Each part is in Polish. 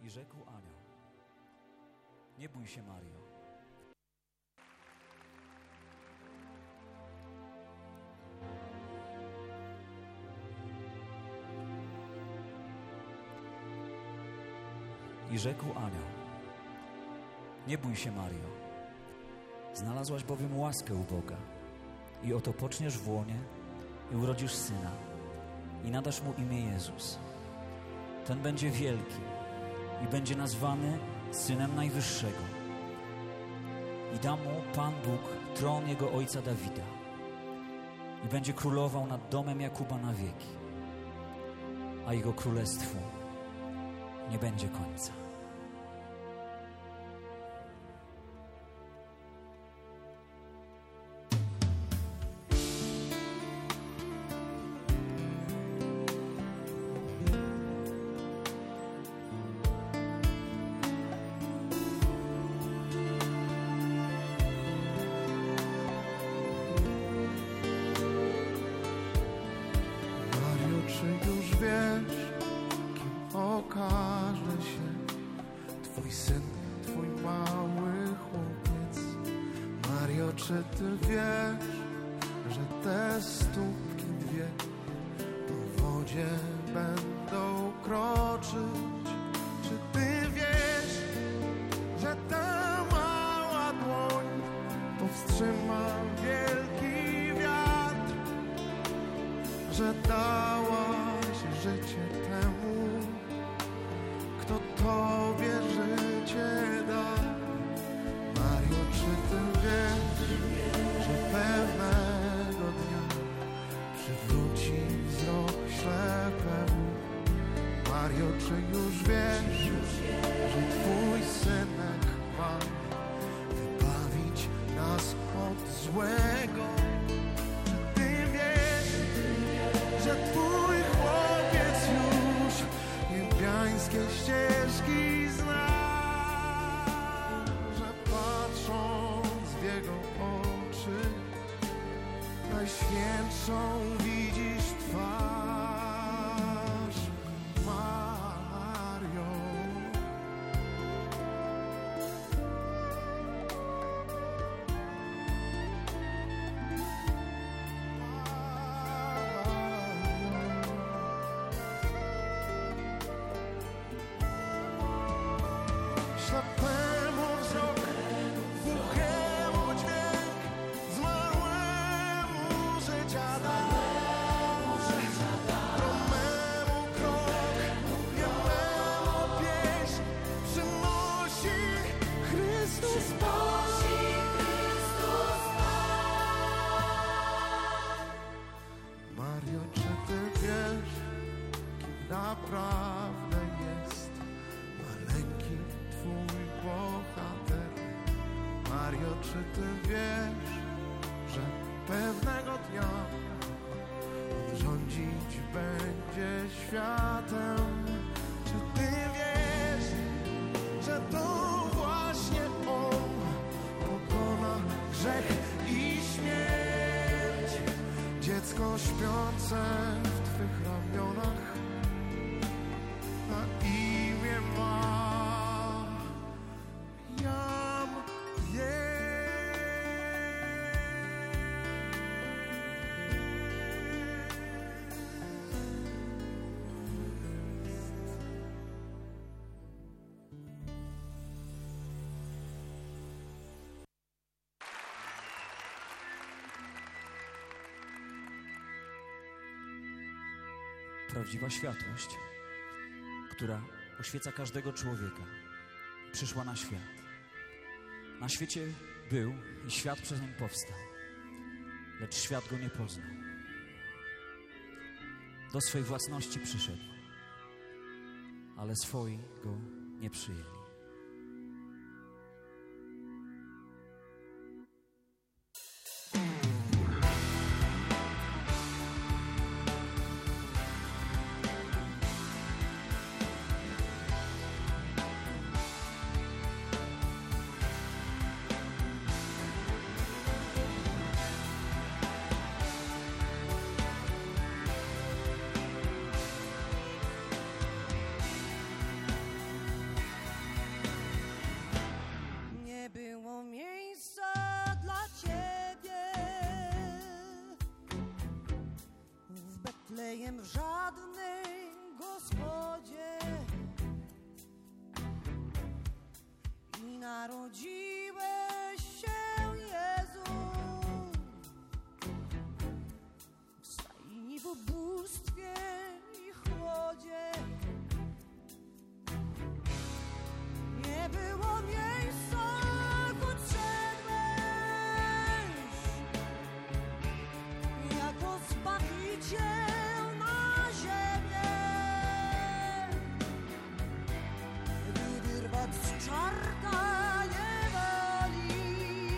I rzekł anioł: nie bój się, Mario. I rzekł anioł: nie bój się, Mario. Znalazłaś bowiem łaskę u Boga. I oto poczniesz w łonie i urodzisz syna i nadasz mu imię Jezus. Ten będzie wielki i będzie nazwany Synem Najwyższego. I da mu Pan Bóg tron jego ojca Dawida i będzie królował nad domem Jakuba na wieki, a jego królestwu nie będzie końca. Czy ty wiesz, że te stópki dwie po wodzie będą kroczyć? Czy ty wiesz, że ta mała dłoń powstrzyma wielki wiatr? Że dałaś życie temu, kto tobie życie da? Mario, czy ty wiesz, że pewnego dnia przywróci wzrok ślepemu? Mario, czy już wiesz, że twój synek ma wybawić nas od złego? Czy ty wiesz, że twój chłopiec już niebiańskie ścieżki zna? Że patrząc w jego oczy najświętszą widzisz twarz. Mario, ślepemu wzrok, głuchemu dźwięk, zmarłemu życia da. Chromemu krok, niememu pieśń przynosi Chrystus Pan. Mario, czy ty wiesz, kim naprawdę jest maleńki twój bohater? Mario, czy ty wiesz, że pewnego dnia on rządzić będzie światem? Czy ty wiesz, że to właśnie on pokona grzech i śmierć? Dziecko śpiące w twych ramionach na imię ma Jam jest. Prawdziwa światłość, która oświeca każdego człowieka, przyszła na świat. Na świecie był i świat przez niego powstał, lecz świat go nie poznał. Do swej własności przyszedł, ale swoi go nie przyjęli. złodziejem w żadnej gospodzie i narodziłeś się, Jezu, w stajni, w ubóstwie i chłodzie. Nie było miejsca, choć szedłeś jako Zbawiciel na ziemię, by wyrwać z czarta niewoli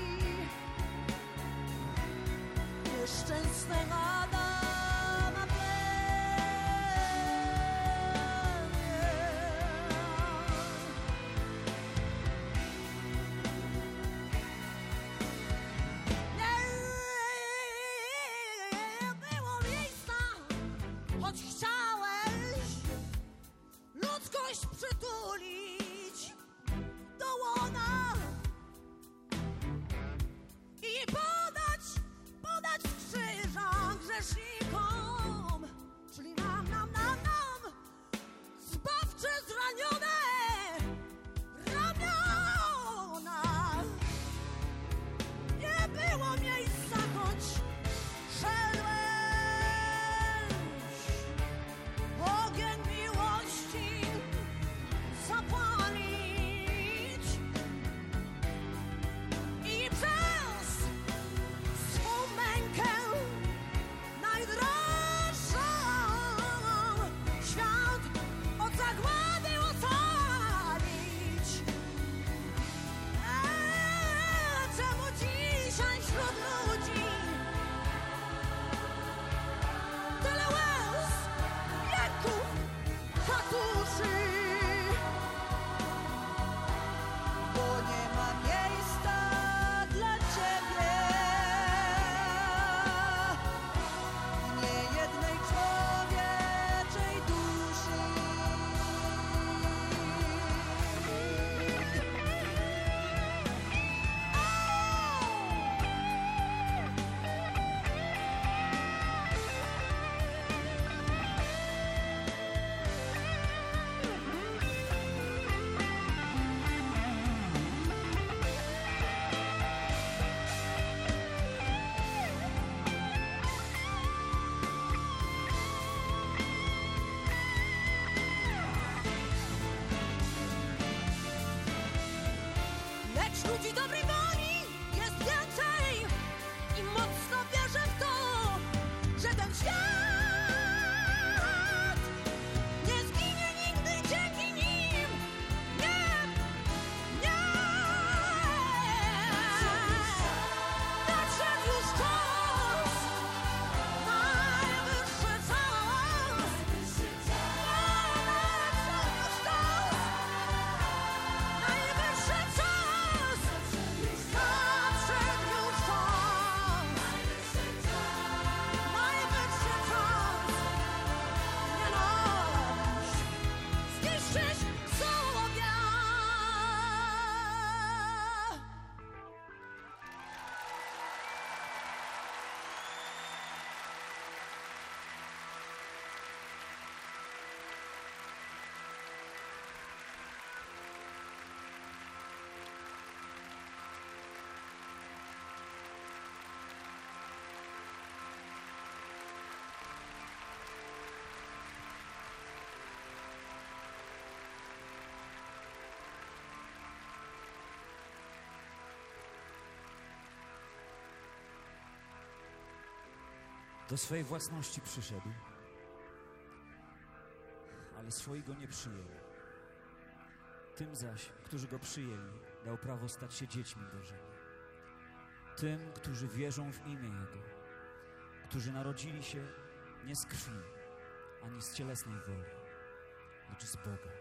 nieszczęsnego Adama plemię. Nie było miejsca, choć chciałeś ludzkość przytulić do łona i podać z krzyża grzesznikom, czyli nam, zbawcze zranione ramiona. Nie było miejsca, choć szedłeś ogień miłości zapalić i przez swą mękę najdroższą świat od zagłady ocalić. Czemu dzisiaj wśród ludzi tyle łez, jęków, katuszy? Bo nie ma miejsca dla Ciebie w niejednej człowieczej duszy. Lecz ludzi dobrej woli jest więcej i mocno wierzę w to, że ten świat nie zginie nigdy dzięki nim. Nie, nie. Nadszedł już czas, najwyższy czas. Nadszedł już czas. Najwyższy czas! Nadszedł już czas! Najwyższy czas! Nienawiść zniszczyć sobie! Do swej własności przyszedł, ale swojego nie przyjęli. Tym zaś, którzy go przyjęli, dał prawo stać się dziećmi Bożymi. Tym, którzy wierzą w imię Jego, którzy narodzili się nie z krwi, ani z cielesnej woli, lecz z Boga.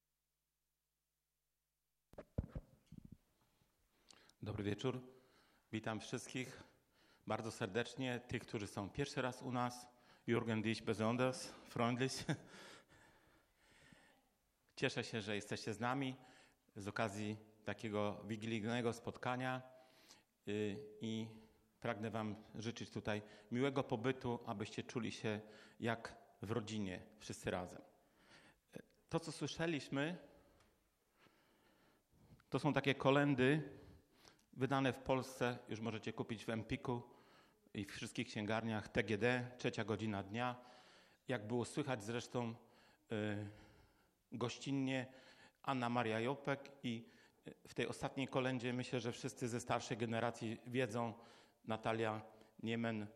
Dobry wieczór. Witam wszystkich bardzo serdecznie, tych, którzy są pierwszy raz u nas. Jürgen, dich besonders freundlich. Cieszę się, że jesteście z nami z okazji takiego wigilijnego spotkania i pragnę wam życzyć tutaj miłego pobytu, abyście czuli się jak w rodzinie, wszyscy razem. To, co słyszeliśmy, to są takie kolędy wydane w Polsce, już możecie kupić w Empiku i w wszystkich księgarniach, TGD, 3 godzina dnia. Jak było słychać zresztą gościnnie Anna Maria Jopek i w tej ostatniej kolędzie myślę, że wszyscy ze starszej generacji wiedzą, Natalia Niemen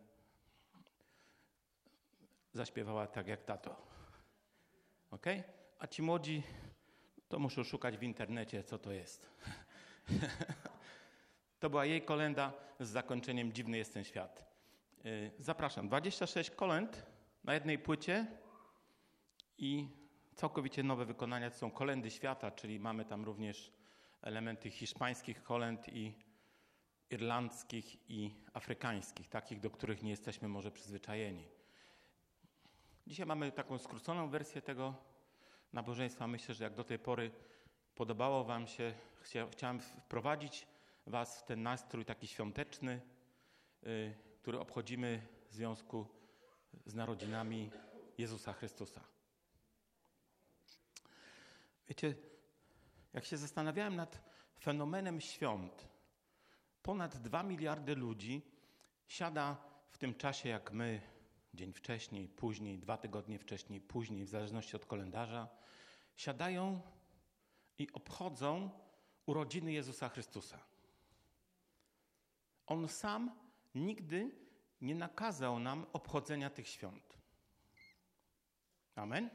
zaśpiewała tak jak tato. Okay? A ci młodzi to muszą szukać w internecie, co to jest. To była jej kolęda z zakończeniem Dziwny jest ten świat. Zapraszam. 26 kolęd na jednej płycie i całkowicie nowe wykonania. To są kolendy świata, czyli mamy tam również elementy hiszpańskich kolęd i irlandzkich i afrykańskich, takich, do których nie jesteśmy może przyzwyczajeni. Dzisiaj mamy taką skróconą wersję tego nabożeństwa. Myślę, że jak do tej pory podobało wam się, chciałem wprowadzić was w ten nastrój taki świąteczny, który obchodzimy w związku z narodzinami Jezusa Chrystusa. Wiecie, jak się zastanawiałem nad fenomenem świąt, ponad 2 miliardy ludzi siada w tym czasie jak my, dzień wcześniej, później, 2 tygodnie wcześniej, później, w zależności od kalendarza, siadają i obchodzą urodziny Jezusa Chrystusa. On sam nigdy nie nakazał nam obchodzenia tych świąt. Amen?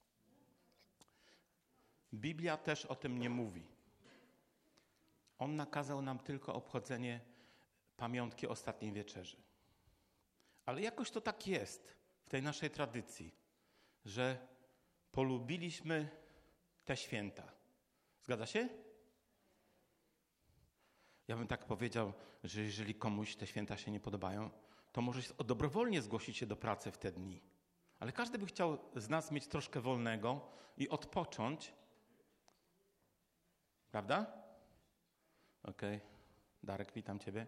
Biblia też o tym nie mówi. On nakazał nam tylko obchodzenie pamiątki Ostatniej Wieczerzy. Ale jakoś to tak jest w tej naszej tradycji, że polubiliśmy te święta. Zgadza się? Ja bym tak powiedział, że jeżeli komuś te święta się nie podobają, to może dobrowolnie zgłosić się do pracy w te dni. Ale każdy by chciał z nas mieć troszkę wolnego i odpocząć. Prawda? Okej. Darek, witam ciebie.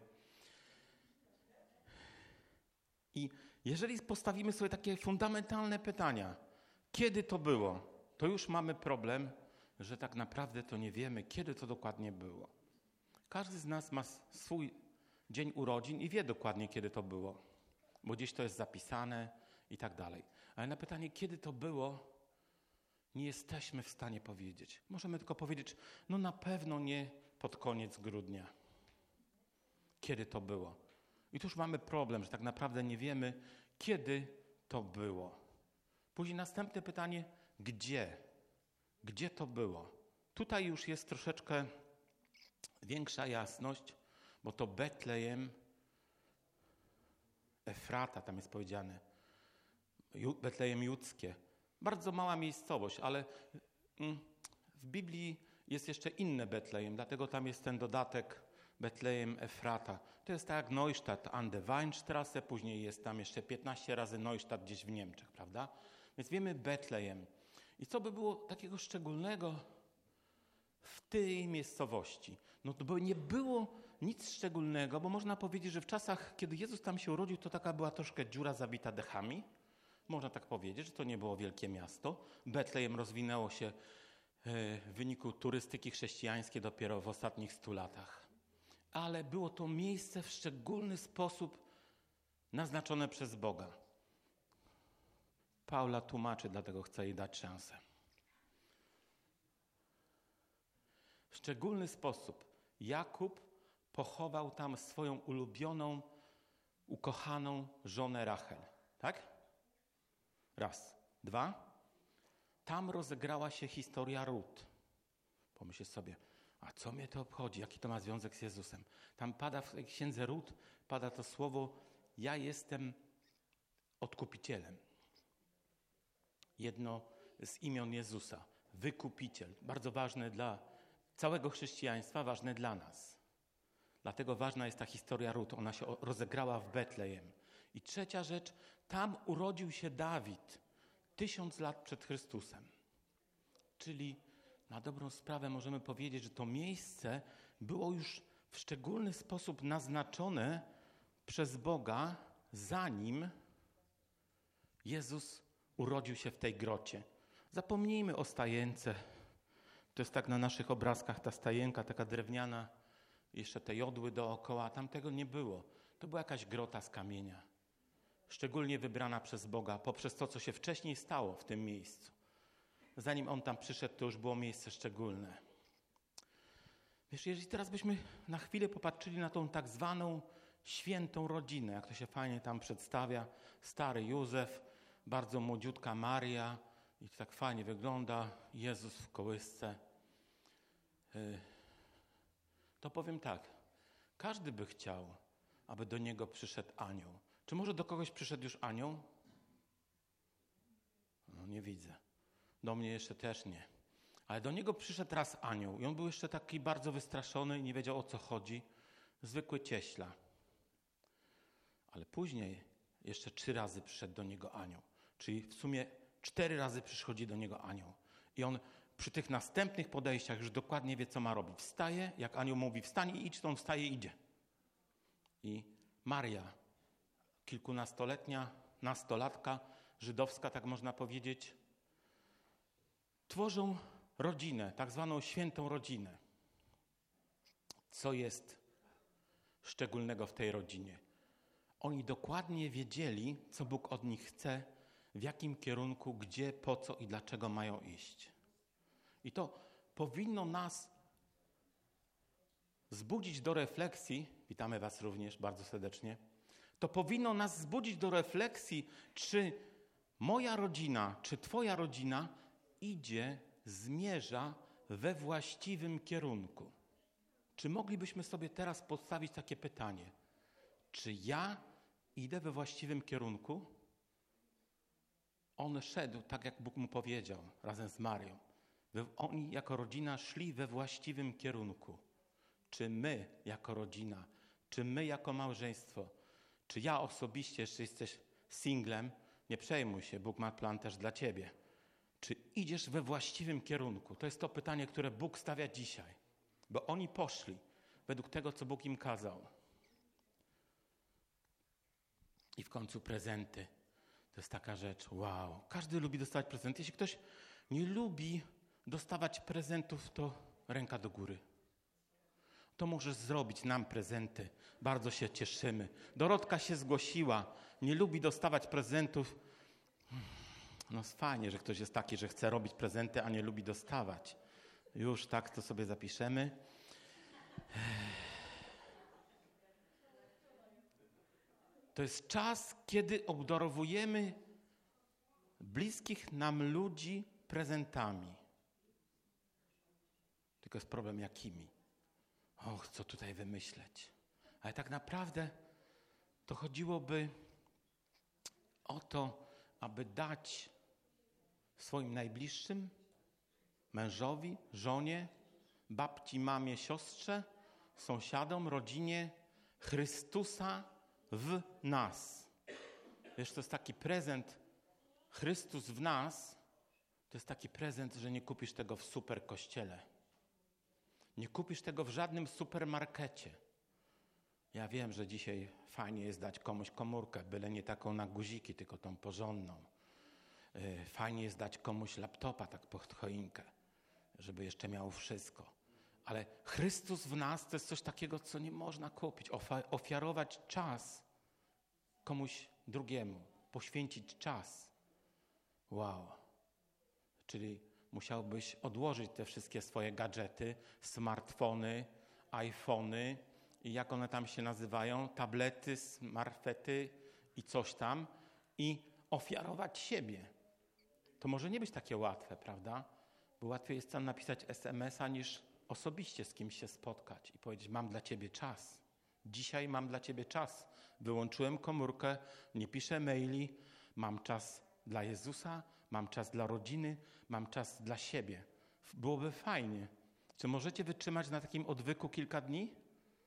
I jeżeli postawimy sobie takie fundamentalne pytania, kiedy to było, to już mamy problem, że tak naprawdę to nie wiemy, kiedy to dokładnie było. Każdy z nas ma swój dzień urodzin i wie dokładnie, kiedy to było, bo gdzieś to jest zapisane i tak dalej. Ale na pytanie, kiedy to było, nie jesteśmy w stanie powiedzieć. Możemy tylko powiedzieć, no na pewno nie pod koniec grudnia. Kiedy to było? I tu już mamy problem, że tak naprawdę nie wiemy, kiedy to było. Później następne pytanie, gdzie? Gdzie to było? Tutaj już jest troszeczkę większa jasność, bo to Betlejem, Efrata, tam jest powiedziane, Betlejem judzkie. Bardzo mała miejscowość, ale w Biblii jest jeszcze inne Betlejem, dlatego tam jest ten dodatek Betlejem Efrata. To jest tak jak Neustadt an der Weinstraße, później jest tam jeszcze 15 razy Neustadt gdzieś w Niemczech, prawda? Więc wiemy Betlejem. I co by było takiego szczególnego w tej miejscowości? No to by nie było nic szczególnego, bo można powiedzieć, że w czasach, kiedy Jezus tam się urodził, to taka była troszkę dziura zabita dechami. Można tak powiedzieć, że to nie było wielkie miasto. Betlejem rozwinęło się w wyniku turystyki chrześcijańskiej dopiero w ostatnich 100 latach. Ale było to miejsce w szczególny sposób naznaczone przez Boga. Paula tłumaczy, dlatego chcę jej dać szansę. W szczególny sposób Jakub pochował tam swoją ulubioną, ukochaną żonę Rachel. Tak? Raz. 2. Tam rozegrała się historia Rut. Pomyśl sobie, a co mnie to obchodzi? Jaki to ma związek z Jezusem? Tam pada w księdze Rut, pada to słowo, ja jestem odkupicielem. Jedno z imion Jezusa. Wykupiciel. Bardzo ważne dla całego chrześcijaństwa, ważne dla nas. Dlatego ważna jest ta historia Rut. Ona się rozegrała w Betlejem. I trzecia rzecz, tam urodził się Dawid 1000 lat przed Chrystusem. Czyli na dobrą sprawę możemy powiedzieć, że to miejsce było już w szczególny sposób naznaczone przez Boga, zanim Jezus urodził się w tej grocie. Zapomnijmy o stajence. To jest tak na naszych obrazkach ta stajenka, taka drewniana, jeszcze te jodły dookoła. Tam tego nie było. To była jakaś grota z kamienia. Szczególnie wybrana przez Boga poprzez to, co się wcześniej stało w tym miejscu. Zanim On tam przyszedł, to już było miejsce szczególne. Wiesz, jeżeli teraz byśmy na chwilę popatrzyli na tą tak zwaną świętą rodzinę, jak to się fajnie tam przedstawia, stary Józef, bardzo młodziutka Maria i to tak fajnie wygląda, Jezus w kołysce, to powiem tak, każdy by chciał, aby do niego przyszedł anioł. Czy może do kogoś przyszedł już anioł? No nie widzę. Do mnie jeszcze też nie. Ale do niego przyszedł raz anioł i on był jeszcze taki bardzo wystraszony i nie wiedział, o co chodzi. Zwykły cieśla. Ale później jeszcze 3 razy przyszedł do niego anioł. Czyli w sumie 4 razy przychodzi do niego anioł. I on przy tych następnych podejściach już dokładnie wie, co ma robić. Wstaje, jak anioł mówi, wstań i idź, to on wstaje i idzie. I Maria, kilkunastoletnia nastolatka, żydowska, tak można powiedzieć, tworzą rodzinę, tak zwaną świętą rodzinę. Co jest szczególnego w tej rodzinie? Oni dokładnie wiedzieli, co Bóg od nich chce, w jakim kierunku, gdzie, po co i dlaczego mają iść. I to powinno nas zbudzić do refleksji, witamy Was również bardzo serdecznie, to powinno nas zbudzić do refleksji, czy moja rodzina, czy Twoja rodzina zmierza we właściwym kierunku. Czy moglibyśmy sobie teraz postawić takie pytanie? Czy ja idę we właściwym kierunku? On szedł tak, jak Bóg mu powiedział, razem z Marią. Oni jako rodzina szli we właściwym kierunku. Czy my jako rodzina, czy my jako małżeństwo, czy ja osobiście, jeszcze jesteś singlem, nie przejmuj się, Bóg ma plan też dla ciebie. Czy idziesz we właściwym kierunku? To jest to pytanie, które Bóg stawia dzisiaj. Bo oni poszli według tego, co Bóg im kazał. I w końcu prezenty. To jest taka rzecz, wow. Każdy lubi dostawać prezenty. Jeśli ktoś nie lubi dostawać prezentów, to ręka do góry. To możesz zrobić nam prezenty. Bardzo się cieszymy. Dorotka się zgłosiła. Nie lubi dostawać prezentów. No fajnie, że ktoś jest taki, że chce robić prezenty, a nie lubi dostawać. Już tak to sobie zapiszemy. To jest czas, kiedy obdarowujemy bliskich nam ludzi prezentami. Tylko jest problem jakimi? Och, co tutaj wymyśleć? Ale tak naprawdę to chodziłoby o to, aby dać swoim najbliższym, mężowi, żonie, babci, mamie, siostrze, sąsiadom, rodzinie, Chrystusa w nas. Wiesz, to jest taki prezent, Chrystus w nas, to jest taki prezent, że nie kupisz tego w super kościele. Nie kupisz tego w żadnym supermarkecie. Ja wiem, że dzisiaj fajnie jest dać komuś komórkę, byle nie taką na guziki, tylko tą porządną. Fajnie jest dać komuś laptopa tak pod choinkę, żeby jeszcze miał wszystko. Ale Chrystus w nas to jest coś takiego, co nie można kupić. Ofiarować czas komuś drugiemu. Poświęcić czas. Wow. Czyli musiałbyś odłożyć te wszystkie swoje gadżety, smartfony, iPhony i jak one tam się nazywają, tablety, smartfety i coś tam i ofiarować siebie. To może nie być takie łatwe, prawda? Bo łatwiej jest tam napisać SMS-a niż osobiście z kimś się spotkać i powiedzieć, mam dla ciebie czas. Dzisiaj mam dla ciebie czas. Wyłączyłem komórkę, nie piszę maili, mam czas dla Jezusa, mam czas dla rodziny, mam czas dla siebie. Byłoby fajnie. Czy możecie wytrzymać na takim odwyku kilka dni?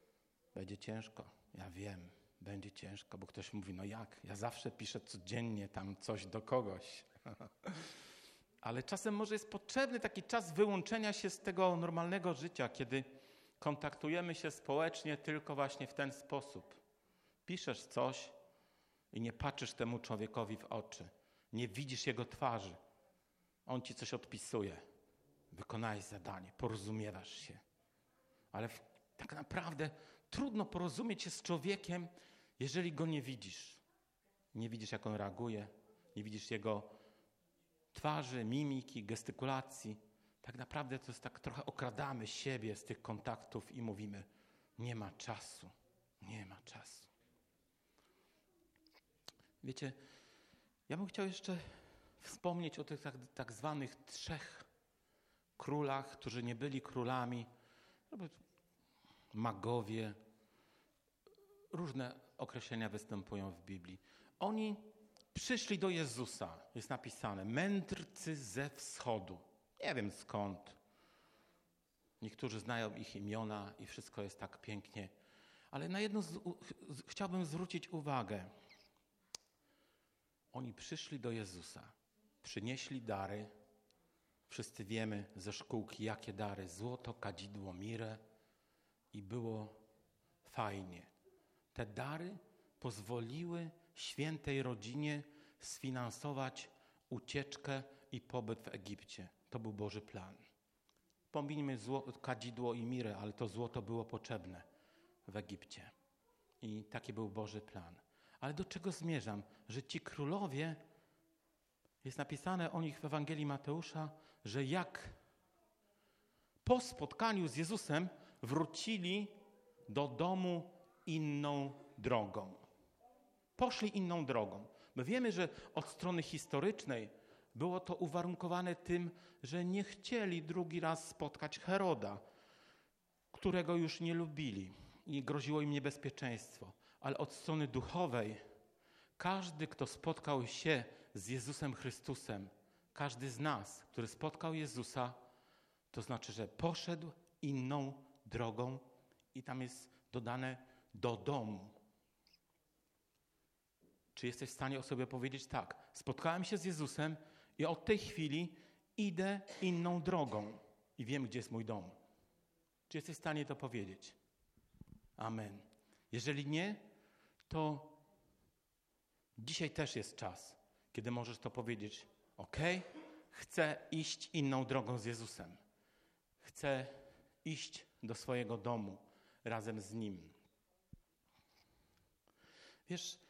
Będzie ciężko. Ja wiem, będzie ciężko, bo ktoś mówi, no jak? Ja zawsze piszę codziennie tam coś do kogoś. Ale czasem może jest potrzebny taki czas wyłączenia się z tego normalnego życia, kiedy kontaktujemy się społecznie tylko właśnie w ten sposób. Piszesz coś i nie patrzysz temu człowiekowi w oczy. Nie widzisz jego twarzy. On ci coś odpisuje. Wykonałeś zadanie, porozumiewasz się. Ale tak naprawdę trudno porozumieć się z człowiekiem, jeżeli go nie widzisz. Nie widzisz, jak on reaguje. Nie widzisz jego twarzy, mimiki, gestykulacji. Tak naprawdę to jest tak, trochę okradamy siebie z tych kontaktów i mówimy, nie ma czasu, nie ma czasu. Wiecie, ja bym chciał jeszcze wspomnieć o tych tak zwanych 3 królach, którzy nie byli królami, magowie. Różne określenia występują w Biblii. Oni przyszli do Jezusa, jest napisane, mędrcy ze wschodu. Nie wiem skąd. Niektórzy znają ich imiona i wszystko jest tak pięknie. Ale na jedno chciałbym zwrócić uwagę. Oni przyszli do Jezusa, przynieśli dary. Wszyscy wiemy ze szkółki, jakie dary. Złoto, kadzidło, mirę i było fajnie. Te dary pozwoliły świętej rodzinie sfinansować ucieczkę i pobyt w Egipcie. To był Boży plan. Pominijmy kadzidło i mirę, ale to złoto było potrzebne w Egipcie. I taki był Boży plan. Ale do czego zmierzam? Że ci królowie, jest napisane o nich w Ewangelii Mateusza, że jak po spotkaniu z Jezusem wrócili do domu inną drogą. Poszli inną drogą. My wiemy, że od strony historycznej było to uwarunkowane tym, że nie chcieli drugi raz spotkać Heroda, którego już nie lubili i groziło im niebezpieczeństwo. Ale od strony duchowej każdy, kto spotkał się z Jezusem Chrystusem, każdy z nas, który spotkał Jezusa, to znaczy, że poszedł inną drogą i tam jest dodane do domu. Czy jesteś w stanie o sobie powiedzieć tak? Spotkałem się z Jezusem i od tej chwili idę inną drogą i wiem, gdzie jest mój dom. Czy jesteś w stanie to powiedzieć? Amen. Jeżeli nie, to dzisiaj też jest czas, kiedy możesz to powiedzieć. Chcę iść inną drogą z Jezusem. Chcę iść do swojego domu razem z Nim. Wiesz,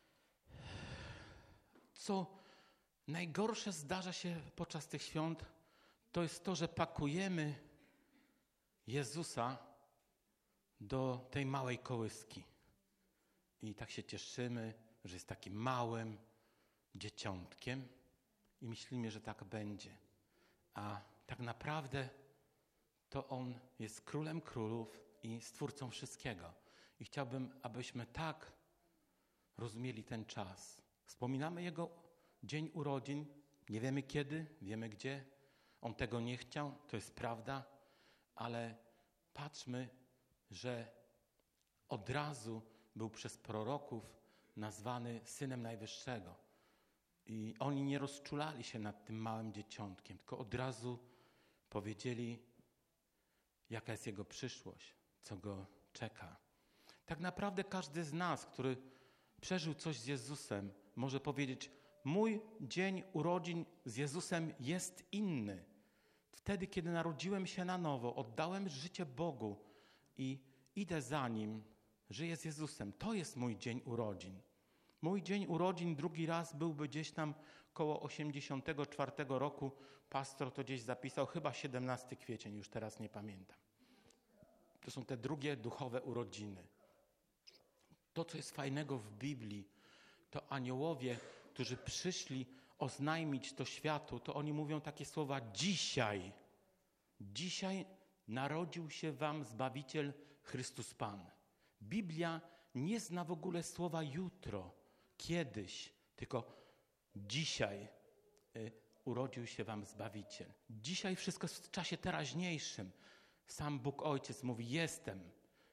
co najgorsze zdarza się podczas tych świąt, to jest to, że pakujemy Jezusa do tej małej kołyski. I tak się cieszymy, że jest takim małym dzieciątkiem i myślimy, że tak będzie. A tak naprawdę to On jest Królem Królów i Stwórcą wszystkiego. I chciałbym, abyśmy tak rozumieli ten czas. Wspominamy Jego dzień urodzin, nie wiemy kiedy, wiemy gdzie. On tego nie chciał, to jest prawda, ale patrzmy, że od razu był przez proroków nazwany Synem Najwyższego. I oni nie rozczulali się nad tym małym dzieciątkiem, tylko od razu powiedzieli, jaka jest Jego przyszłość, co Go czeka. Tak naprawdę każdy z nas, który przeżył coś z Jezusem, może powiedzieć, mój dzień urodzin z Jezusem jest inny. Wtedy, kiedy narodziłem się na nowo, oddałem życie Bogu i idę za Nim, żyję z Jezusem. To jest mój dzień urodzin. Mój dzień urodzin drugi raz byłby gdzieś tam koło 84 roku. Pastor to gdzieś zapisał, chyba 17 kwiecień, już teraz nie pamiętam. To są te drugie duchowe urodziny. To, co jest fajnego w Biblii, to aniołowie, którzy przyszli oznajmić to światu, to oni mówią takie słowa dzisiaj. Dzisiaj narodził się wam Zbawiciel Chrystus Pan. Biblia nie zna w ogóle słowa jutro, kiedyś, tylko dzisiaj urodził się wam Zbawiciel. Dzisiaj wszystko jest w czasie teraźniejszym. Sam Bóg Ojciec mówi, jestem.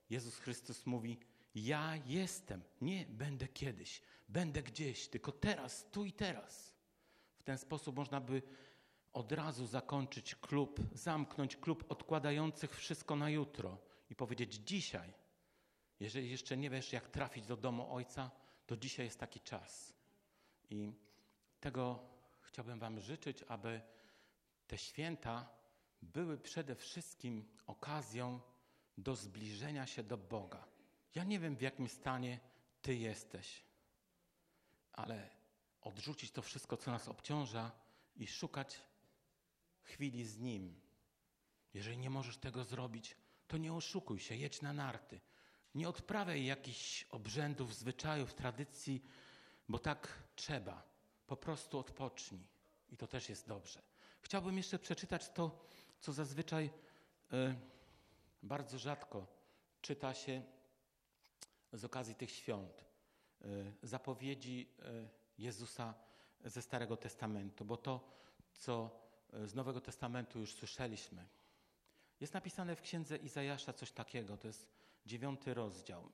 Jezus Chrystus mówi: ja jestem, nie będę kiedyś, będę gdzieś, tylko teraz, tu i teraz. W ten sposób można by od razu zamknąć klub odkładających wszystko na jutro i powiedzieć: dzisiaj, jeżeli jeszcze nie wiesz, jak trafić do domu Ojca, to dzisiaj jest taki czas. I tego chciałbym wam życzyć, aby te święta były przede wszystkim okazją do zbliżenia się do Boga. Ja nie wiem, w jakim stanie ty jesteś, ale odrzucić to wszystko, co nas obciąża i szukać chwili z Nim. Jeżeli nie możesz tego zrobić, to nie oszukuj się, jedź na narty. Nie odprawiaj jakichś obrzędów, zwyczajów, tradycji, bo tak trzeba. Po prostu odpocznij i to też jest dobrze. Chciałbym jeszcze przeczytać to, co zazwyczaj bardzo rzadko czyta się z okazji tych świąt. Zapowiedzi Jezusa ze Starego Testamentu, bo to, co z Nowego Testamentu już słyszeliśmy. Jest napisane w księdze Izajasza coś takiego, to jest 9 rozdział.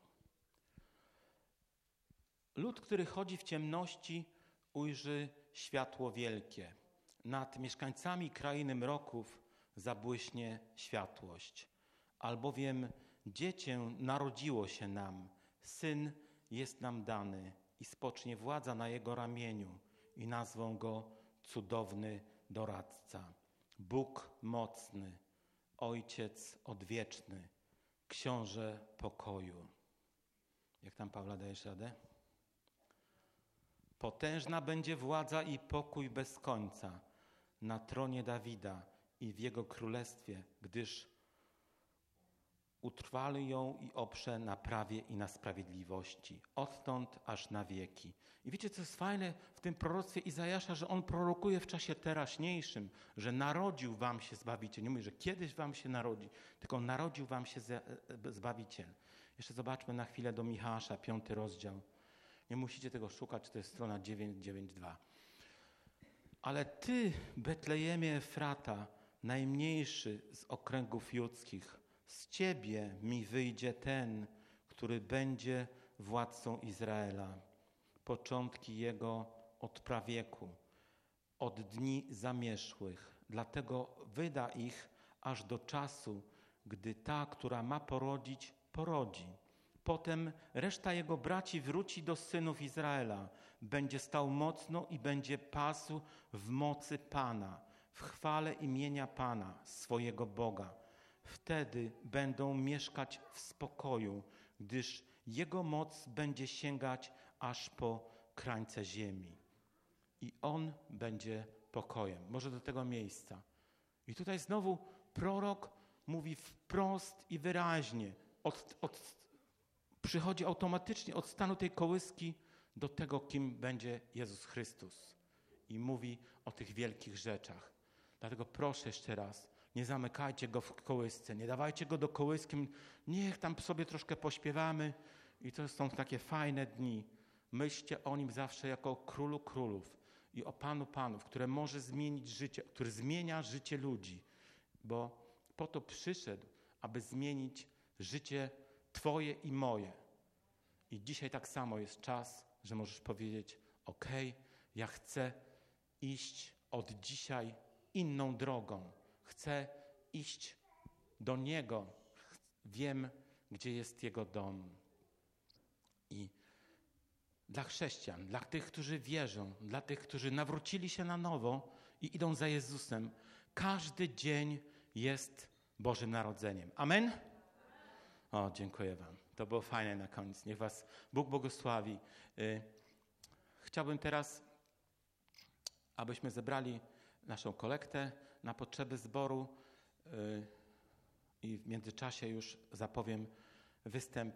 Lud, który chodzi w ciemności, ujrzy światło wielkie. Nad mieszkańcami krainy mroków zabłyśnie światłość. Albowiem dziecię narodziło się nam, syn jest nam dany i spocznie władza na jego ramieniu i nazwą go Cudowny Doradca, Bóg Mocny, Ojciec Odwieczny, Książę Pokoju. Jak tam, Paula, dajesz radę? Potężna będzie władza i pokój bez końca na tronie Dawida i w jego królestwie, gdyż utrwali ją i oprze na prawie i na sprawiedliwości, odtąd aż na wieki. I wiecie, co jest fajne w tym proroctwie Izajasza, że on prorokuje w czasie teraźniejszym, że narodził wam się Zbawiciel. Nie mówi, że kiedyś wam się narodzi, tylko narodził wam się Zbawiciel. Jeszcze zobaczmy na chwilę do Michała, 5 rozdział. Nie musicie tego szukać, to jest strona 992. Ale ty, Betlejemie Efrata, najmniejszy z okręgów judzkich, z ciebie mi wyjdzie ten, który będzie władcą Izraela. Początki jego od prawieku, od dni zamierzchłych. Dlatego wyda ich aż do czasu, gdy ta, która ma porodzić, porodzi. Potem reszta jego braci wróci do synów Izraela. Będzie stał mocno i będzie pasł w mocy Pana, w chwale imienia Pana, swojego Boga. Wtedy będą mieszkać w spokoju, gdyż jego moc będzie sięgać aż po krańce ziemi. I on będzie pokojem. Może do tego miejsca. I tutaj znowu prorok mówi wprost i wyraźnie. Przychodzi automatycznie od stanu tej kołyski do tego, kim będzie Jezus Chrystus. I mówi o tych wielkich rzeczach. Dlatego proszę jeszcze raz, nie zamykajcie go w kołysce, nie dawajcie go do kołyski, niech tam sobie troszkę pośpiewamy i to są takie fajne dni. Myślcie o nim zawsze jako o Królu Królów i o Panu Panów, które może zmienić życie, który zmienia życie ludzi, bo po to przyszedł, aby zmienić życie twoje i moje. I dzisiaj tak samo jest czas, że możesz powiedzieć: okej, ja chcę iść od dzisiaj inną drogą. Chcę iść do Niego. Wiem, gdzie jest Jego dom. I dla chrześcijan, dla tych, którzy wierzą, dla tych, którzy nawrócili się na nowo i idą za Jezusem, każdy dzień jest Bożym Narodzeniem. Amen? O, dziękuję wam. To było fajne na koniec. Niech was Bóg błogosławi. Chciałbym teraz, abyśmy zebrali naszą kolektę na potrzeby zboru i w międzyczasie już zapowiem występ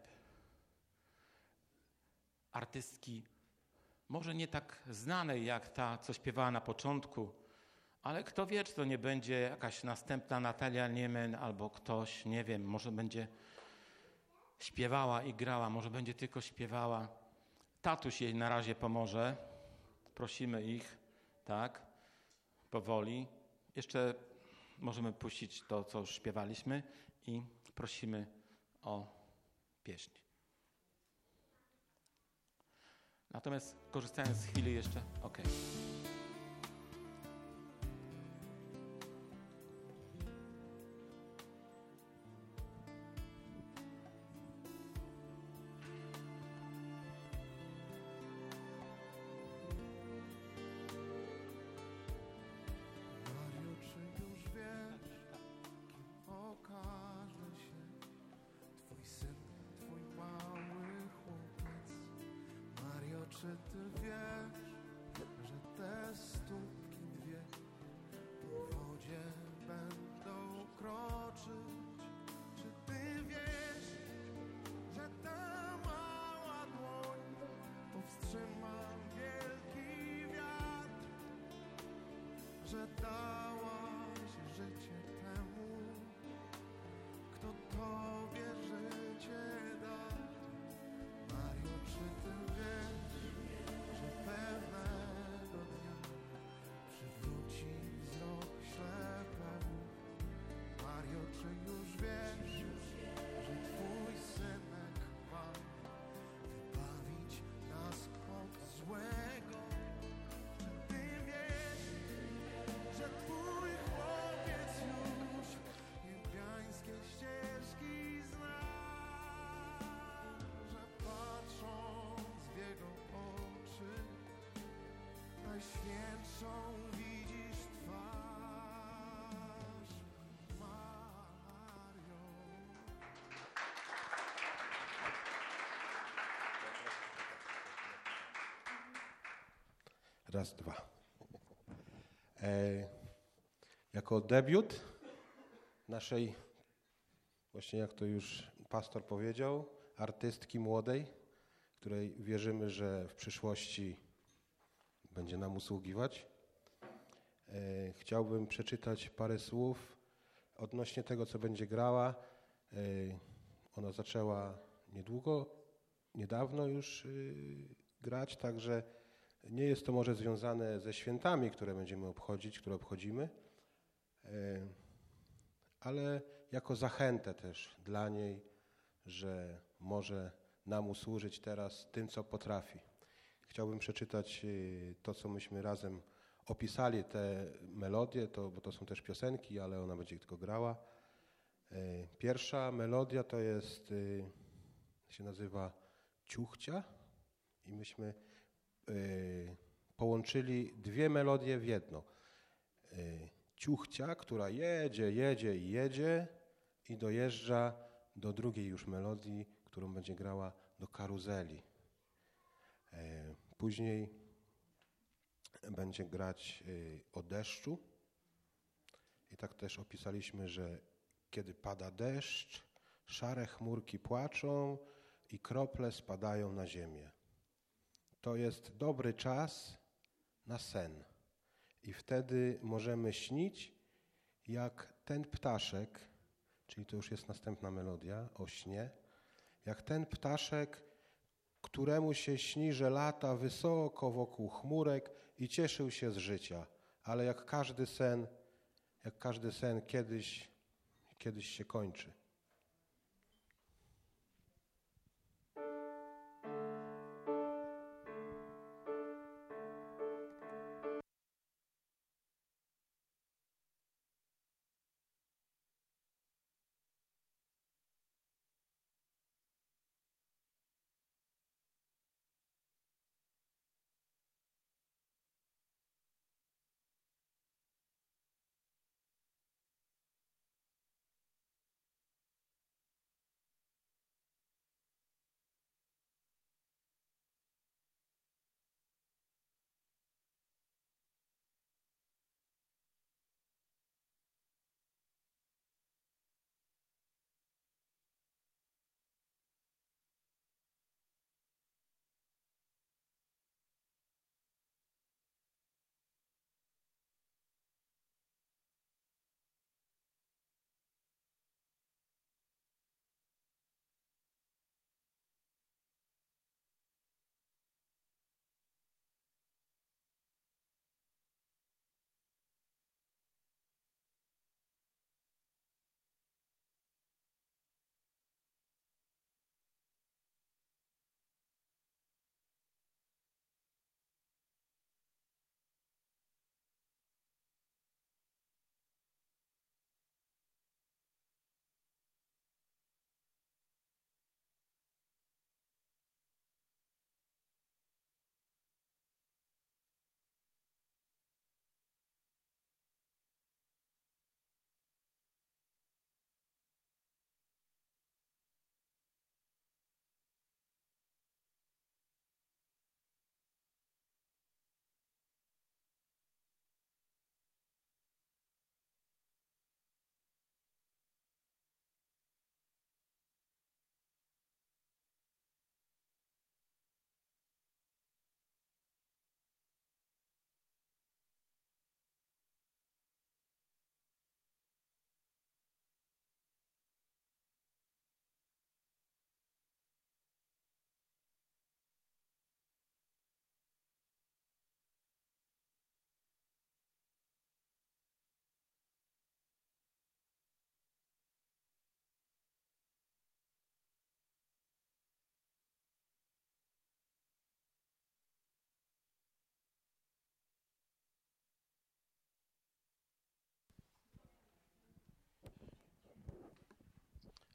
artystki, może nie tak znanej jak ta, co śpiewała na początku, ale kto wie, czy to nie będzie jakaś następna Natalia Niemen albo ktoś, nie wiem, może będzie śpiewała i grała, może będzie tylko śpiewała. Tatuś jej na razie pomoże. Prosimy ich, tak, powoli. Jeszcze możemy puścić to, co już śpiewaliśmy i prosimy o pieśń. Natomiast korzystając z chwili jeszcze, okej. Mario, czy już wiesz, kim okaże się twój syn, twój mały chłopiec? Mario, czy ty wiesz, że te stópki dwie po wodzie będą kroczyć? Czy ty wiesz, że ta mała dłoń powstrzyma wielki wiatr? Że dałaś życie temu, kto tobie życie da. Mario, czy ty wiesz, że pewnego dnia przywróci wzrok ślepemu? Mario, czy już wiesz, że twój synek ma wybawić nas od złego? Czy ty wiesz, że twój chłopiec już niebiańskie ścieżki zna? Że patrząc w jego oczy, najświętszą widzisz twarz. Mario. Raz, dwa. Jako debiut naszej, właśnie jak to już pastor powiedział, artystki młodej, której wierzymy, że w przyszłości będzie nam usługiwać, chciałbym przeczytać parę słów odnośnie tego, co będzie grała. Ona zaczęła niedawno już grać, także nie jest to może związane ze świętami, które będziemy obchodzić, które obchodzimy, ale jako zachętę też dla niej, że może nam usłużyć teraz tym, co potrafi. Chciałbym przeczytać to, co myśmy razem opisali, te melodie, bo to są też piosenki, ale ona będzie tylko grała. Pierwsza melodia to jest, się nazywa Ciuchcia i myśmy połączyli dwie melodie w jedno. Ciuchcia, która jedzie i dojeżdża do drugiej już melodii, którą będzie grała do karuzeli. Później będzie grać o deszczu i tak też opisaliśmy, że kiedy pada deszcz, szare chmurki płaczą i krople spadają na ziemię. To jest dobry czas na sen i wtedy możemy śnić, jak ten ptaszek, czyli to już jest następna melodia o śnie, jak ten ptaszek, któremu się śni, że lata wysoko wokół chmurek i cieszył się z życia, ale jak każdy sen kiedyś się kończy.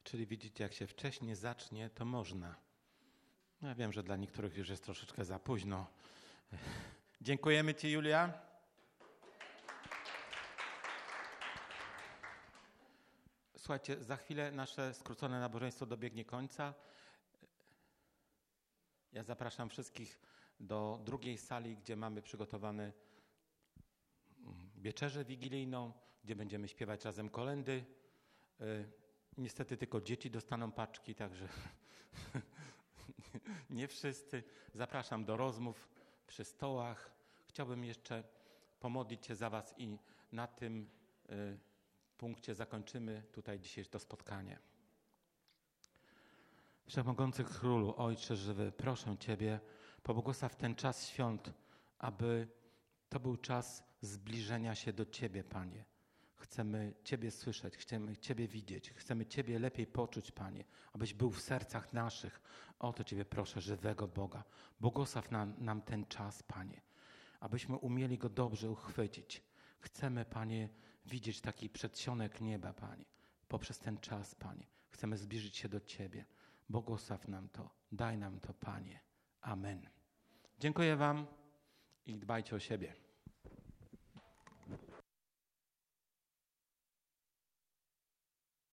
Czyli widzicie, jak się wcześniej zacznie, to można. Ja wiem, że dla niektórych już jest troszeczkę za późno. Dziękujemy Ci, Julia. Słuchajcie, za chwilę nasze skrócone nabożeństwo dobiegnie końca. Ja zapraszam wszystkich do drugiej sali, gdzie mamy przygotowane wieczerzę wigilijną, gdzie będziemy śpiewać razem kolędy. Niestety tylko dzieci dostaną paczki, także nie wszyscy. Zapraszam do rozmów przy stołach. Chciałbym jeszcze pomodlić się za Was i na tym punkcie zakończymy tutaj dzisiaj to spotkanie. Wszechmogący Królu, Ojcze żywy, proszę Ciebie, pobłogosław ten czas świąt, aby to był czas zbliżenia się do Ciebie, Panie. Chcemy Ciebie słyszeć, chcemy Ciebie widzieć, chcemy Ciebie lepiej poczuć, Panie, abyś był w sercach naszych. O to Ciebie proszę, żywego Boga. Błogosław nam ten czas, Panie, abyśmy umieli go dobrze uchwycić. Chcemy, Panie, widzieć taki przedsionek nieba, Panie, poprzez ten czas, Panie. Chcemy zbliżyć się do Ciebie. Błogosław nam to, daj nam to, Panie. Amen. Dziękuję Wam i dbajcie o siebie.